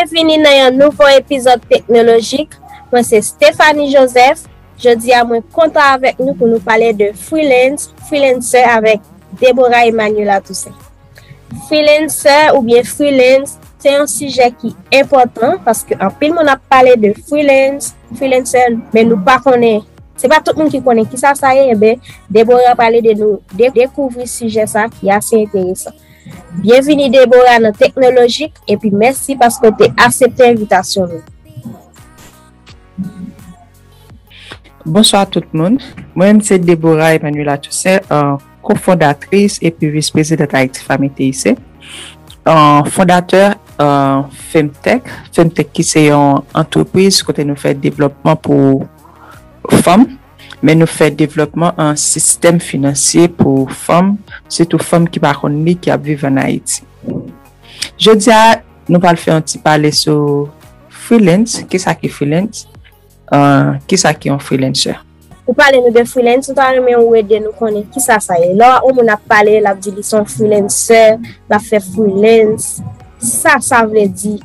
Bienvenue dans un nouveau épisode technologique. Moi, c'est Stéphanie Joseph. Je dis à moi content avec nous pour nous parler de freelancer avec Deborah Emmanuela Toussaint. Freelancer ou bien freelance, c'est un sujet qui est important parce qu'en pile, on a parlé de freelancer, mais nous pas connaît. C'est pas tout le monde qui connaît qui ça y est. Ben, Deborah a parlé de nous découvrir ce sujet ça qui est assez intéressant. Bienvenue Deborah dans Technologique et puis merci parce que tu as accepté l'invitation. Bonsoir tout le monde. Moi-même c'est Deborah Emmanuela Toussaint, cofondatrice et puis vice-présidente d'Haïti Femmes TIC. Fondateur Femtech qui c'est une entreprise qui nous fait développement pour femmes. Mais nous faisons développement un système financier pour femmes, surtout femmes qui vivent en Haïti. Je dis à nous allons faire un petit parler sur freelance. Qu'est-ce qui est freelance? Qu'est-ce qui est un freelancer? Pour parler de freelance, nous allons aider nous connaître qui ça est. Là, on a parlé, la dit son freelancer, la fait freelance. Ça veut dire.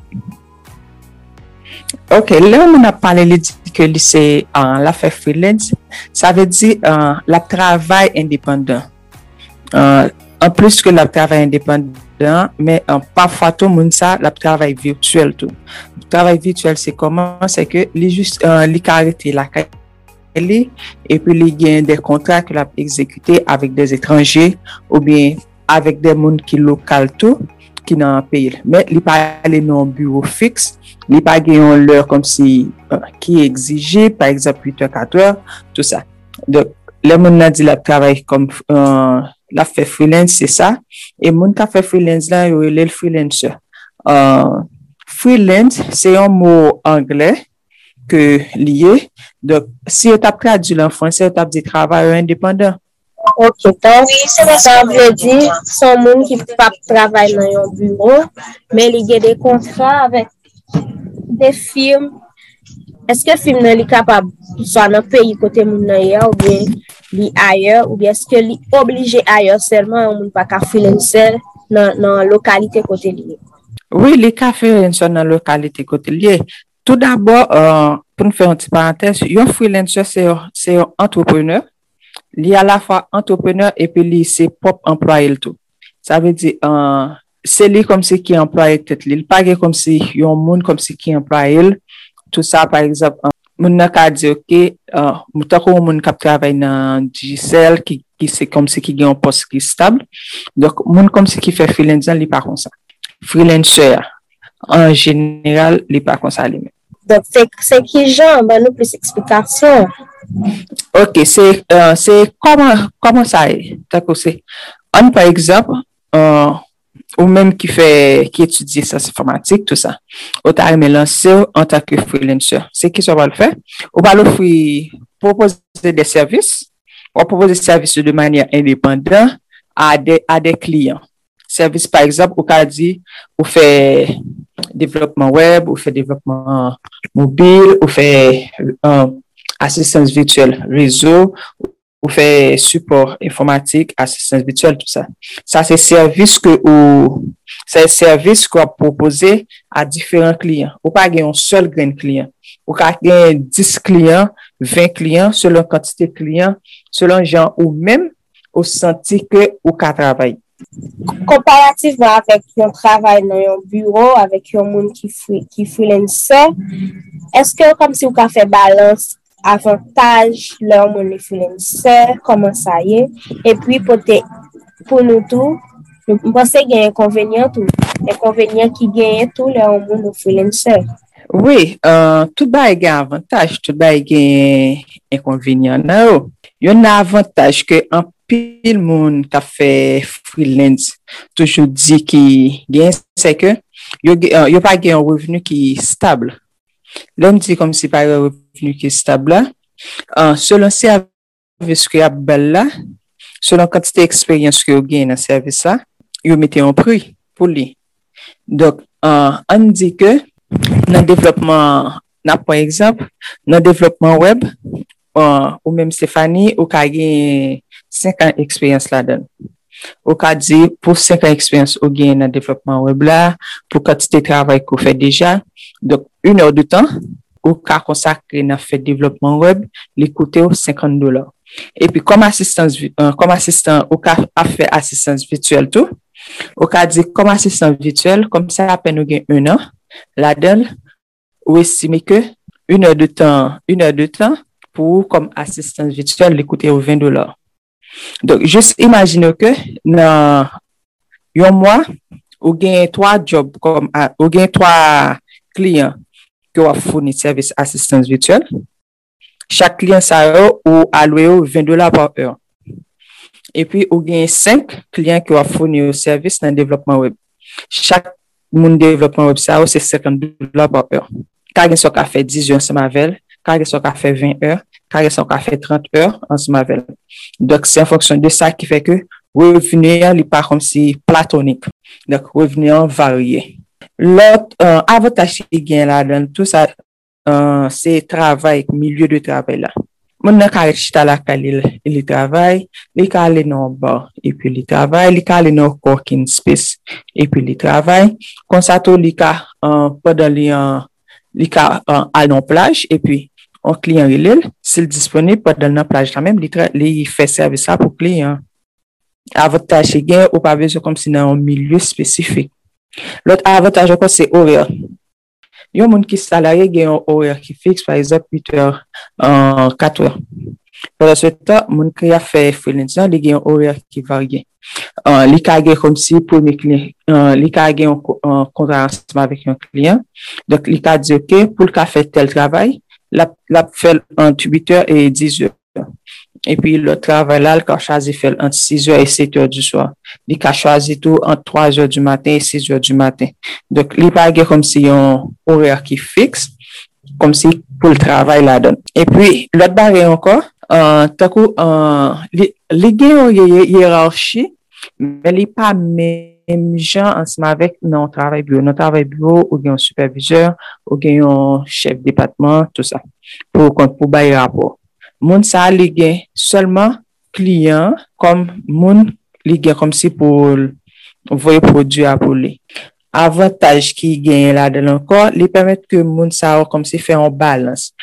Ok, là on a parlé que c'est la fait freelance, ça veut dire la travail indépendant. En plus que le travail indépendant, mais parfois tout le monde ça, le travail virtuel tout. Le travail virtuel c'est comment? C'est que les juste les arrêter la et puis les gains des contrats que l'a exécuté avec des étrangers ou bien avec des monde qui local tout qui dans un pays. Mais il pas aller dans un bureau fixe. Il pas gagner l'heure comme si qui est exigé, par exemple 8 heures, 4 heures, tout ça. Donc, les gens a dit la travail comme la fait freelance, c'est ça. Et les gens qui fait freelance là, il y a le freelancer. Freelance, c'est un mot anglais que lié. Donc, si on t'a traduit en français, on t'a dit travailleur indépendant. Ok, donc ça veut dire son monde qui pas travailler dans un bureau, mais il y a des contrats avec des firmes. Est-ce que film est capable soit dans le pays côté moun ou bien li ailleurs ou bien est-ce que li obligé ailleurs seulement on pas ka freelancer dans localité côté lié? Oui, les cas freelancer dans localité côté lié. Tout d'abord pour nous faire une petite parenthèse, un freelancer c'est un entrepreneur. Il est à la fois entrepreneur et puis il c'est propre employé tout. Ça veut dire c'est lui comme si qui employé tête il pas comme si y a un monde comme si qui employé tout ça par exemple moun n'a ka dire OK muta ko moun qui travaille dans Digicel qui c'est comme si qui a un poste qui stable. Donc moun comme si qui fait freelance il pas comme ça. Freelancer en général il pas comme ça lui. Donc c'est qui genre ben nous plus explication. OK, c'est comment ça est. D'accord, c'est par exemple ou même qui étudie ça informatique tout ça. Au t'a lancé en tant que freelancer. C'est qui ça va le faire? On va l'offrir proposer des services, on propose des services de manière indépendante à des clients. Service par exemple, au cas dit on fait développement web, on fait développement mobile, on fait assistance virtuelle réseau, ou fait support informatique, assistance virtuelle, tout ça. Ça, c'est service qu'on proposé à différents clients. Ou pas un seul grain client. Ou pas 10 clients, 20 clients, selon quantité de clients, selon genre, ou même au senti que ou qu'à travailler. Comparativement avec un travail dans un bureau, avec un monde qui freelance, est-ce que comme si vous avez fait balance avantage leur monde freelancer comment ça y est et puis pour nous tout je pense qu'il y a inconvénient qui gagne tout leur monde freelancer. Oui, tout bas gagne avantage, tout bas gagne inconvénient. Non, il y a un avantage que en pile monde qui a fait freelance toujours dit qui gagne c'est que il y a pas gagne un revenu qui est stable. L'homme dit comme si par un revenu qui est stable là, selon service que y a belle là, selon quantité d'expérience que vous gagnez dans service là, vous mettez un prix pour lui. Donc on dit que dans le développement, par exemple, dans le développement web, ou même Stéphanie, ou qui a 5 ans d'expérience là-dedans. Ou ka di, pour 5 ans expérience ou gen dans développement web là, pour quantité de travail qu'on fait déjà. Donc, 1 heure de temps, ou ka consacrer dans fait développement web, li coûte $50. Et puis, comme assistant, ou ka a fait assistance virtuelle tout, ou ka di, comme assistant virtuel, comme ça, à peine ou gen 1 an, là-dedans, ou estime que 1 heure de temps, pour comme assistance virtuelle, li coûte $20. Donc, juste imagine que dans un mois, ou gain 3 jobs comme, ou gain 3 clients qui ont fourni service assistance virtuelle. Chaque client, ça ou alloué $20 par heure. Et puis, ou gain 5 clients qui ont fourni au service dans le développement web. Chaque monde développement web, ça c'est $50 par heure. Quand il a fait 10 heures ensemble avec, quand il a fait 20 heures, quand il a fait 30 heures ensemble avec. Donc, c'est en fonction de ça qui fait que revenu n'est pas comme si platonique. Donc, revenu varié. L'autre avantage qui gagne là dans tout ça, c'est travail, milieu de travail là. Mon n'a qu'à rester là il travaille, il qu'à aller dans bar et puis il travaille, il qu'à aller dans coworking space et puis il travaille. Comme ça tout il qu'à pendant il qu'à aller dans plage et puis un client il s'il disponible pendant la plage là même il fait service ça pour client. Avantage qui gagne ou pas besoin comme si dans un milieu spécifique. L'autre avantage encore c'est horaire. Il y a un monde qui salarié gagne un horaire qui fixe par exemple 8 heures 4 heures. Pendant ce temps, mon qui a fait freelance, il gagne un horaire qui varie. Il gagne comme si premier client, il gagne un contrat avec un client. Donc il a dit OK pour le faire tel travail, la fait entre 8 heures et 10 heures. Et puis, le travail là, il a choisi de faire entre 6 heures et 7 heures du soir. Il a choisi tout entre 3 heures du matin et 6 heures du matin. Donc, il pas comme si un horaire qui fixe, comme si pour le travail là-dedans. Et puis, l'autre barrière encore, tant que, les gains une hiérarchie, mais il pas même gens ensemble avec non travail bureau. Dans travail bureau, ou un superviseur, ou un chef de département, tout ça. Pour bailler rapport. Moun sa li gen seulement client comme moun li gen comme si pour voyer produit à pour lui. Avantage qui gagne là dedans encore, li permet que moun sa comme si fait un balance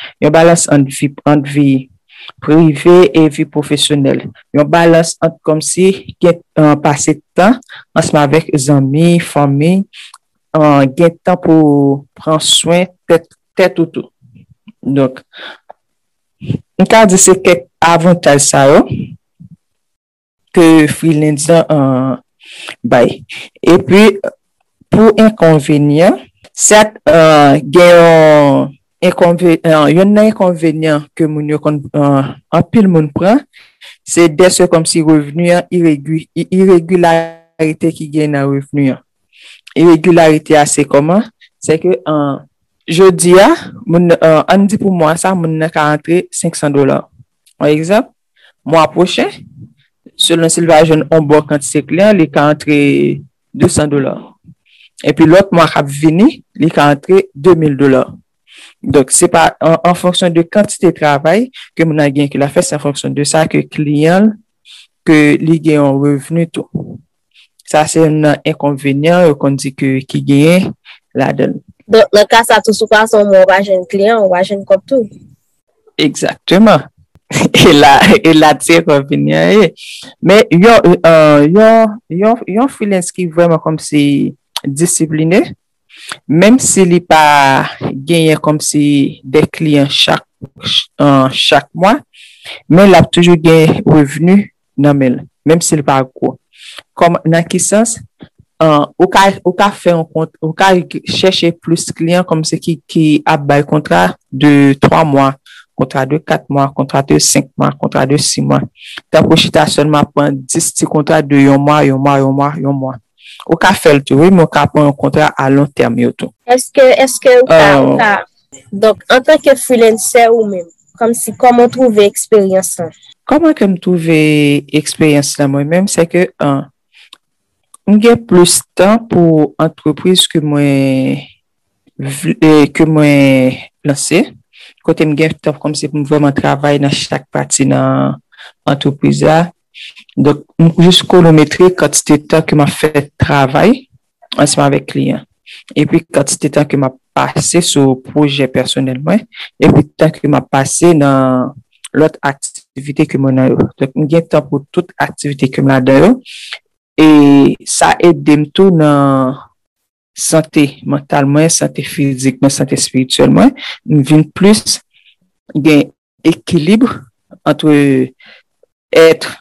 entre vie privée et vie professionnelle. Un balance entre comme si passer de temps ensemble avec amis, famille, gain temps pour prendre soin tête ou tout. Donc on peut dire c'est quelques avantages ça que freelance bail. Et puis pour inconvénient, certes il y a un inconvénient que en pile monde prend, c'est des comme si revenu irrégularité qui gagne dans revenu. Irrégularité c'est comment? C'est que je dis on dit pour moi ça mon n'a qu'à rentrer $500. Par exemple, mois prochain, selon Sylvain jeune on boit quand c'est client, il qu'à rentrer $200. Et puis l'autre mois qui venir, il qu'à rentrer $2000. Donc c'est pas en fonction de quantité de travail que mon a gain que la fait, c'est en fonction de ça que client que il gagne un revenu tout. Ça c'est un inconvénient qu'on dit que qui gagne là-dedans. Donc, dans le cas, ça, tout ce façon, on va jeune client, on va jeune comme tout. Exactement. Et là, c'est convenient. Mais, il y a un freelance qui est vraiment comme si discipliné, même s'il n'est pas gagné comme si des clients chaque mois, mais il a toujours gagné revenu normal, même s'il n'est pas gros. Comme, dans quel sens? Ou ka faire un compte, ou ka chercher plus de clients comme ce qui a bail contrat de 3 mois, contrat de 4 mois, contrat de 5 mois, contrat de 6 mois. T'as prochita seulement prendre 10 petits contrats de 1 mois. Ou ka faire le tout, oui, mais ou ka prendre un contrat à long terme et tout. Est-ce que donc en tant que freelancer ou même comme si comment trouver expérience là? Comment que me trouver expérience là moi-même c'est que j'ai plus de temps pour entreprise que moi lancé. Côté me temps comme c'est pour vraiment travailler dans chaque partie dans entreprise là Donc, juste chronométrer quantité de temps que m'a fait travail ensemble avec client. Et puis, quantité de temps que m'a passé sur le projet personnellement. Et puis, temps que m'a passé dans l'autre activité que mon a eu. Donc, j'ai temps pour toute activité que m'a donné. Et ça aide tout dans santé mentalement, santé physiquement, santé spirituellement. Une vie plus, gain équilibre entre être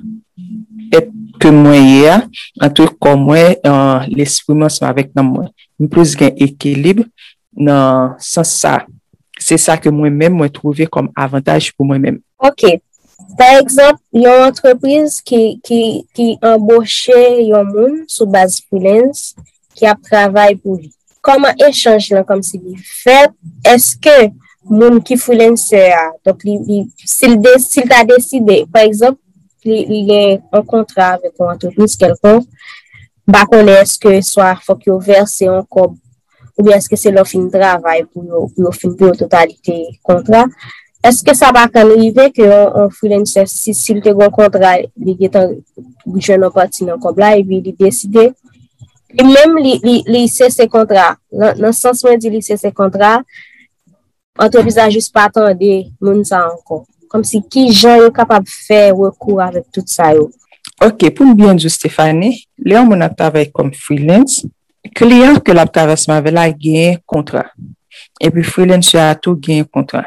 que moi hier, entre comme moi, l'esprit moi avec moi. Une plus gain équilibre dans sans ça. C'est ça que moi-même, moi, trouvé comme avantage pour moi-même. OK. Par exemple, il y a une entreprise qui embauche un monde sous base freelance qui a travaillé pour lui. Comment échange là comme si fait? Est-ce que monde qui freelance donc s'il a décidé, par exemple, il y a un contrat avec une entreprise quelconque, bah est-ce que soit faut qu'il verse un cob ou bien est-ce que c'est l'offre de travail pour finir la totalité contrat? Est-ce que ça va arriver que un freelancer s'il te un contrat il est en jeune parti dans comme là et puis il décide et même il cesse contrat dans le sens où il dit cesse contrat entreprise a juste pas attendre moun ça encore comme si qui gens est capable de faire recours avec tout ça yo. OK, pour bien dire Stéphanie, Léon mon travail comme freelance, client que la travail avec là gagne contrat. Et puis freelance a tout gagne contrat.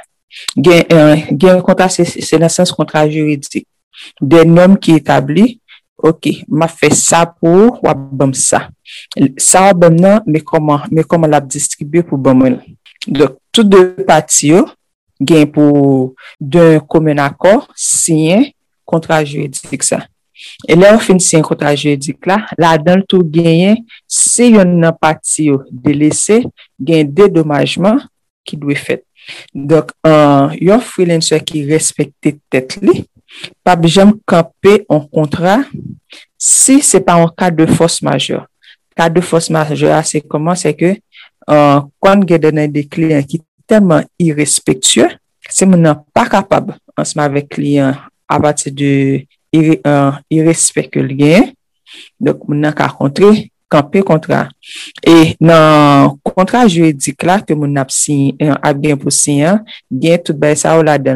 Gagne contrat c'est dans le sens contrat juridique. Des normes qui établit, OK, m'a fait ça pour ou bam ça. Ça bam non mais comment l'a distribuer pour bam. Donc toutes deux parties gagne pour d'un commun accord signé contrat juridique ça. Et là, on finit un contrat juridique là, dans le tout gagné, si yon a parti délaissé, gain dédommagement qui doit fait. Donc, yon freelancer qui respecte tête li, pas besoin camper en contrat si c'est pas un cas de force majeure. Cas de force majeure, c'est comment? C'est que, quand on a des clients qui sont tellement irrespectueux, si on n'est pas capable, ensemble avec client, à partir de irrespecte le gain, donc on n'a qu'à camper contrat. Et dans le contrat juridique là, que mon a signé, a bien pour signer, gain tout ben ça là-dedans.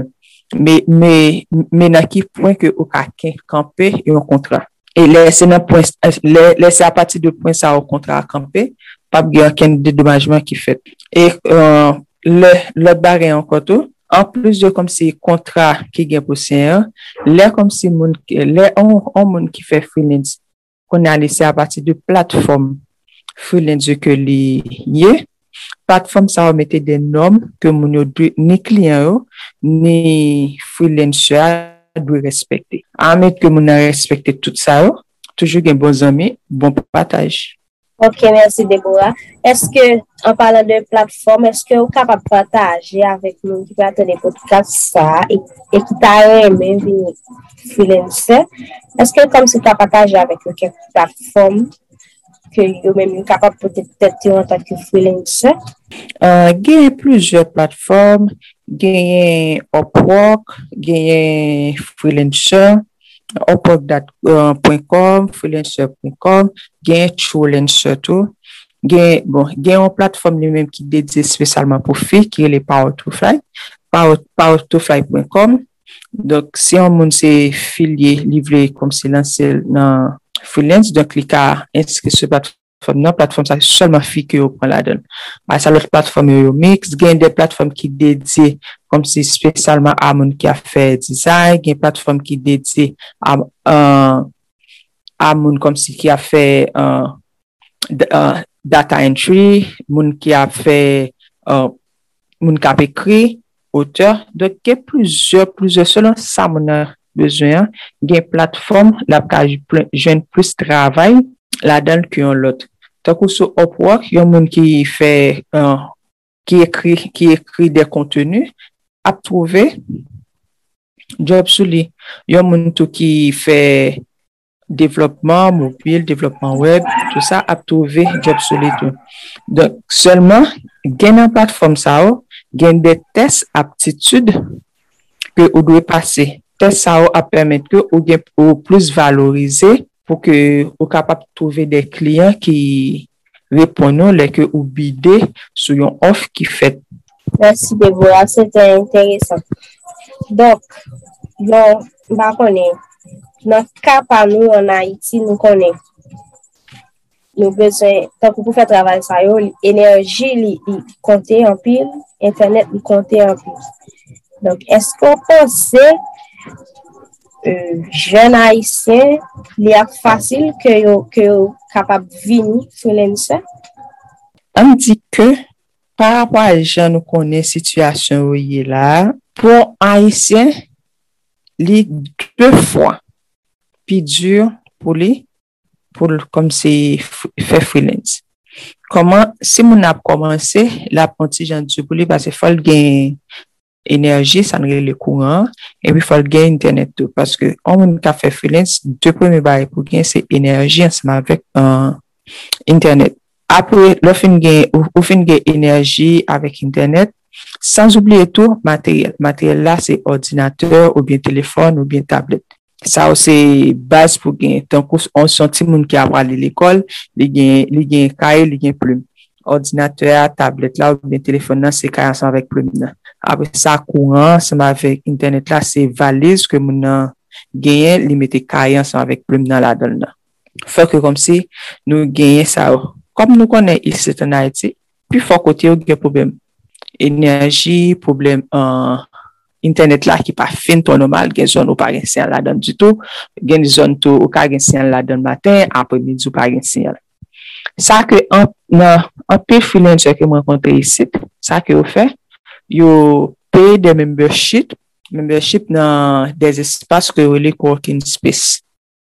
Mais dans qui point que au cas camper et un contrat. Et laisser à partir de point ça au contrat camper, pas bien aucun dédommagement qui fait. Et l'autre barrière encore tout. En plus de comme si contrat qui gagne pour signer, là comme si on qui fait freelance qu'on a laissé à partir de plateforme freelance que lié plateforme ça va mettre des normes que ni client ni freelancer doit respecter. À mettre que mon a respecté tout ça, toujours un bon ami, bon partage. OK, merci Déborah. Est-ce que, en parlant de plateforme, est-ce que vous êtes capable de partager avec nous qui va attendre podcast ça et qui t'a aimé venir freelancer? Est-ce que comme si tu as partagé avec nous quelques plateformes que vous-même capable peut-être en tant que freelancer? Il y a plusieurs plateformes. Il y a Upwork, il y a Freelancer, Upwork.com, freelancer.com, il y a Truelancer tout. Il y a une plateforme lui-même qui est dédiée spécialement pour filles, qui est les Power2Fly, Power2Fly.com. Donc, si on monde s'est filié, livré comme c'est lancé dans freelance, donc il y a inscrit sur la plateforme, ça seulement filles qui prend la donne. Ça l'autre plateforme mix, il y a des plateformes qui dédiées comme c'est spécialement à mon qui a fait design, il y a une plateforme qui dédiée à mon comme si qui a fait data entry, mon qui a fait mon qui a écrit auteur. Donc il y a plusieurs selon ça mon a besoin, il y a une plateforme là jeune plus travail là-dedans que l'autre. Tant que sur Upwork, il y a un monde qui fait qui écrit des contenus à trouver job sur lui. Il y a un monde qui fait développement mobile, développement web, tout ça à trouver job sur lui tout. Donc seulement gain une plateforme ça, gain des tests aptitude que vous devez passer. test ça a permettre que ou plus valoriser pour que ou capable de trouver des clients qui répondent les que ou bider sur une offre qui fait. Merci Déborah, c'était intéressant. Donc, dans notre cas par nous en Haïti, nous connaissons. Nous besoin, tant que pour faire travail ça, l'énergie, compter en pile, Internet, compter en pile. Donc, est-ce qu'on pense jeune haïtien, il est facile que capable de venir freelancer? On dit que par rapport à gens nous connaissent situation où il est là, pour haïtien, les 2 fois plus dur pour comme c'est faire freelance. Comment si mon a commencé l'apprentissage du pour lui parce qu'il faut gagner énergie, ça ne le courant et puis il faut gagner internet tout parce que on a fait freelance 2 premiers bails pour gagner c'est énergie ensemble avec internet. Après le fin gain énergie avec internet sans oublier tout matériel là c'est ordinateur ou bien téléphone ou bien tablette. Ça c'est base pour gagner tant qu'on senti monde qui a aller l'école li gain cahier li gain plume ordinateur tablette là ou bien téléphone là c'est cahier ensemble avec plume là après ça courant ensemble avec internet là c'est valise que mon gagner li mettre cahier ensemble avec plume là dedans là fait que comme si nous gagner ça comme nous connaissons ici en Haïti puis faut côté il y a problème énergie problème internet là qui pas fin ton normal gen zone ou pas gen signal là dedans du tout gen zone tout ou ka gen signal là dedans matin après midi ou pas gen signal ça que en peu freelancer que moi rencontré ici ça que vous fait yo paye des membership dans des espaces que les coworking space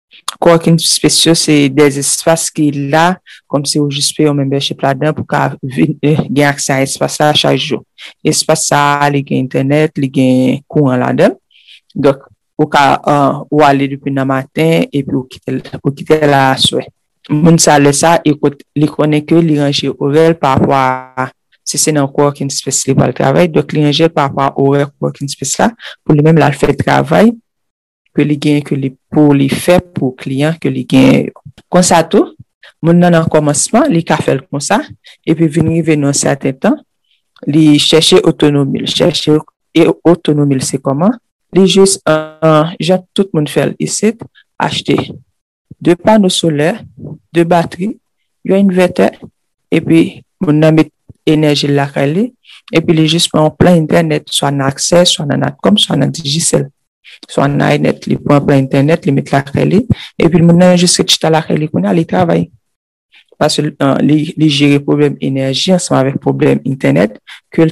c'est des espaces qui là comme si vous juste paye un membership là-dedans pour gagner accès à espace là chaque jour espace ça les gain internet les gain courant là-dedans donc ou aller depuis le matin et puis ou quitter la soirée moun ça laisse ça écoute les connaît que les ranger horaire par rapport à si c'est dans coworking space pour le travail donc les ranger par rapport au horaire coworking space là pour lui même là faire travail que les gains que les pour les faire pour clients que les gains comme ça tout mon nan en commencement les ka fait comme ça et puis venir dans certain temps les chercher autonomie c'est comment les juste genre tout le monde fait ici acheter 2 panneaux solaires 2 batteries un inverteur et puis mon nan met énergie là et puis les juste en plein internet soit en accès soit en Natcom soit en Digicel soit en net les prend plein internet les mettre là et puis maintenant juste que tu as là qu'on aller travailler parce que les gérer problème énergie ensemble avec problème internet que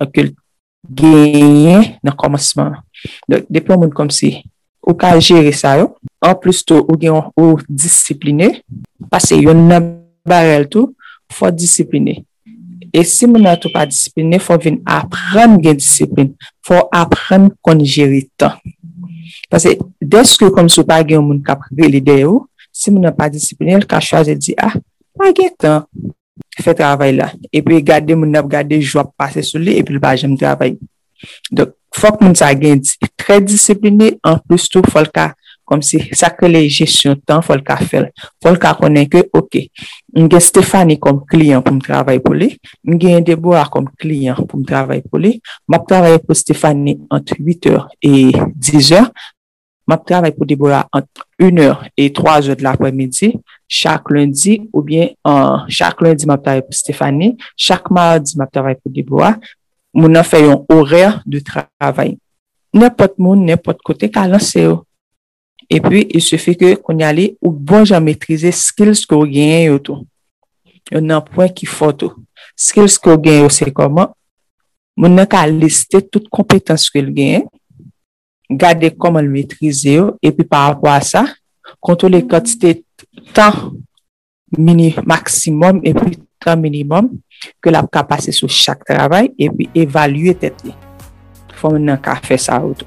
gagner dans commencement donc depuis on comme si ou ka gérer ça en plus tout ou discipliné parce que yon barrel tout faut discipliner et si mon n'a tout pas discipliné faut venir apprendre gain discipline faut apprendre qu'on gérer temps parce que dès que comme ça pas gain moun cap l'idée si mon n'a pas discipliné le ka choisir dit pas gain temps fait travail là et puis garder mon n'a garder joie passer sur lui et puis pas j'aime travail donc faut que moun ça gain très discipliné en plus tout faut le cas comme si ça que les gestion temps faut le cas faire faut le cas connaître que OK m'gai Stéphanie comme client pour me travailler pour lui m'gai Déborah comme client pour me travailler pour lui m'a travailler pour Stéphanie entre 8h et 10h m'a travailler pour Déborah entre 1h et 3h de l'après-midi chaque lundi ou bien chaque lundi m'a travailler pour Stéphanie chaque mardi m'a travailler pour Déborah mon a fait un horaire de travail n'importe monde n'importe côté qu'a lancer et puis il suffit que qu'on y aller ou bon j'ai maîtriser skills qu'on gagne autour on a un point qui faut tout skills qu'on gagne c'est comment mon n'a qu'à lister toutes compétences qu'il gagne garder comment le maîtriser et puis par rapport à ça contrôler quantité temps maximum et puis temps minimum que la capacité sur chaque travail et puis évaluer tête faut maintenant qu'à faire ça autour.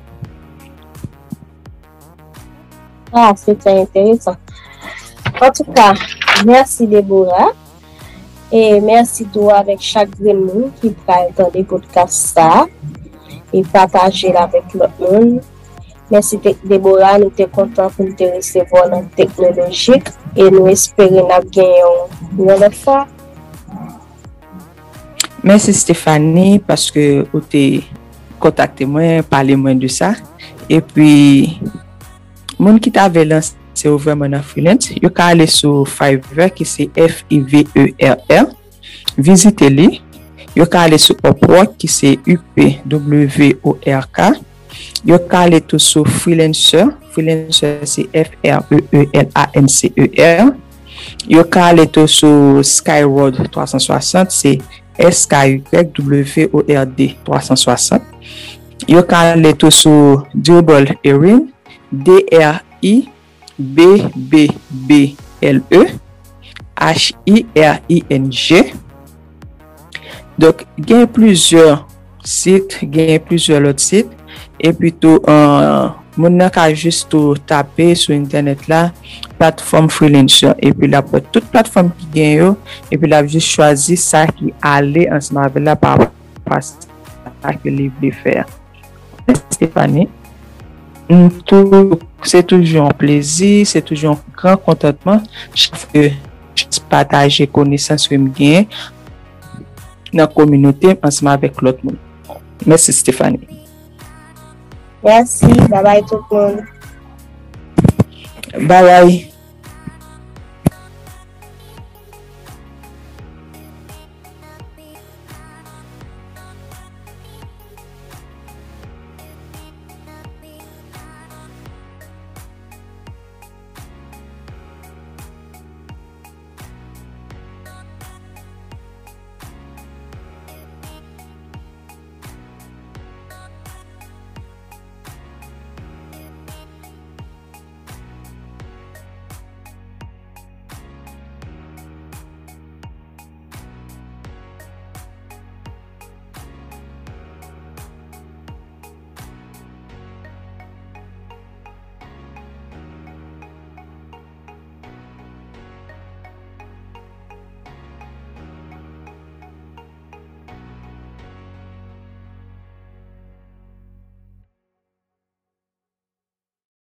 Ah, c'était intéressant. En tout cas, merci Déborah. Et merci toi avec chaque monde qui va entendre les podcasts ça et partager avec l'autre monde. Merci Deborah, nous sommes contents pour te recevoir dans Technologique et nous espérons gagner une autre fois. Merci Stéphanie parce que vous t'es contacté moi, parlé moi de ça. Et puis, mon qui t'avait lancé vraiment dans freelance, vous pouvez aller sur Fiverr qui c'est Fiverr. Visitez-le. Vous pouvez aller sur Upwork qui c'est UPWORK. Vous pouvez aller tout sur Freelancer. Freelancer c'est FREELANCER. Vous pouvez aller tout sur Skyward 360 c'est SKYWORD 360. Vous pouvez aller tout sur Dribble Erin DRIBBBLE HIRING. Donc, il y a plusieurs sites, il y a plusieurs autres sites. Et puis, mon n'a juste taper sur Internet là, plateforme freelancer. Et puis, là, pour toute plateforme qui gagne, et puis là, juste choisir ça qui allait ensemble avec là par rapport à ça que les voulait faire. Stéphanie, c'est toujours un plaisir, c'est toujours un grand contentement. Je partage connaissances que je gagne dans la communauté ensemble avec l'autre monde. Merci Stéphanie. Merci, bye bye tout le monde. Bye bye.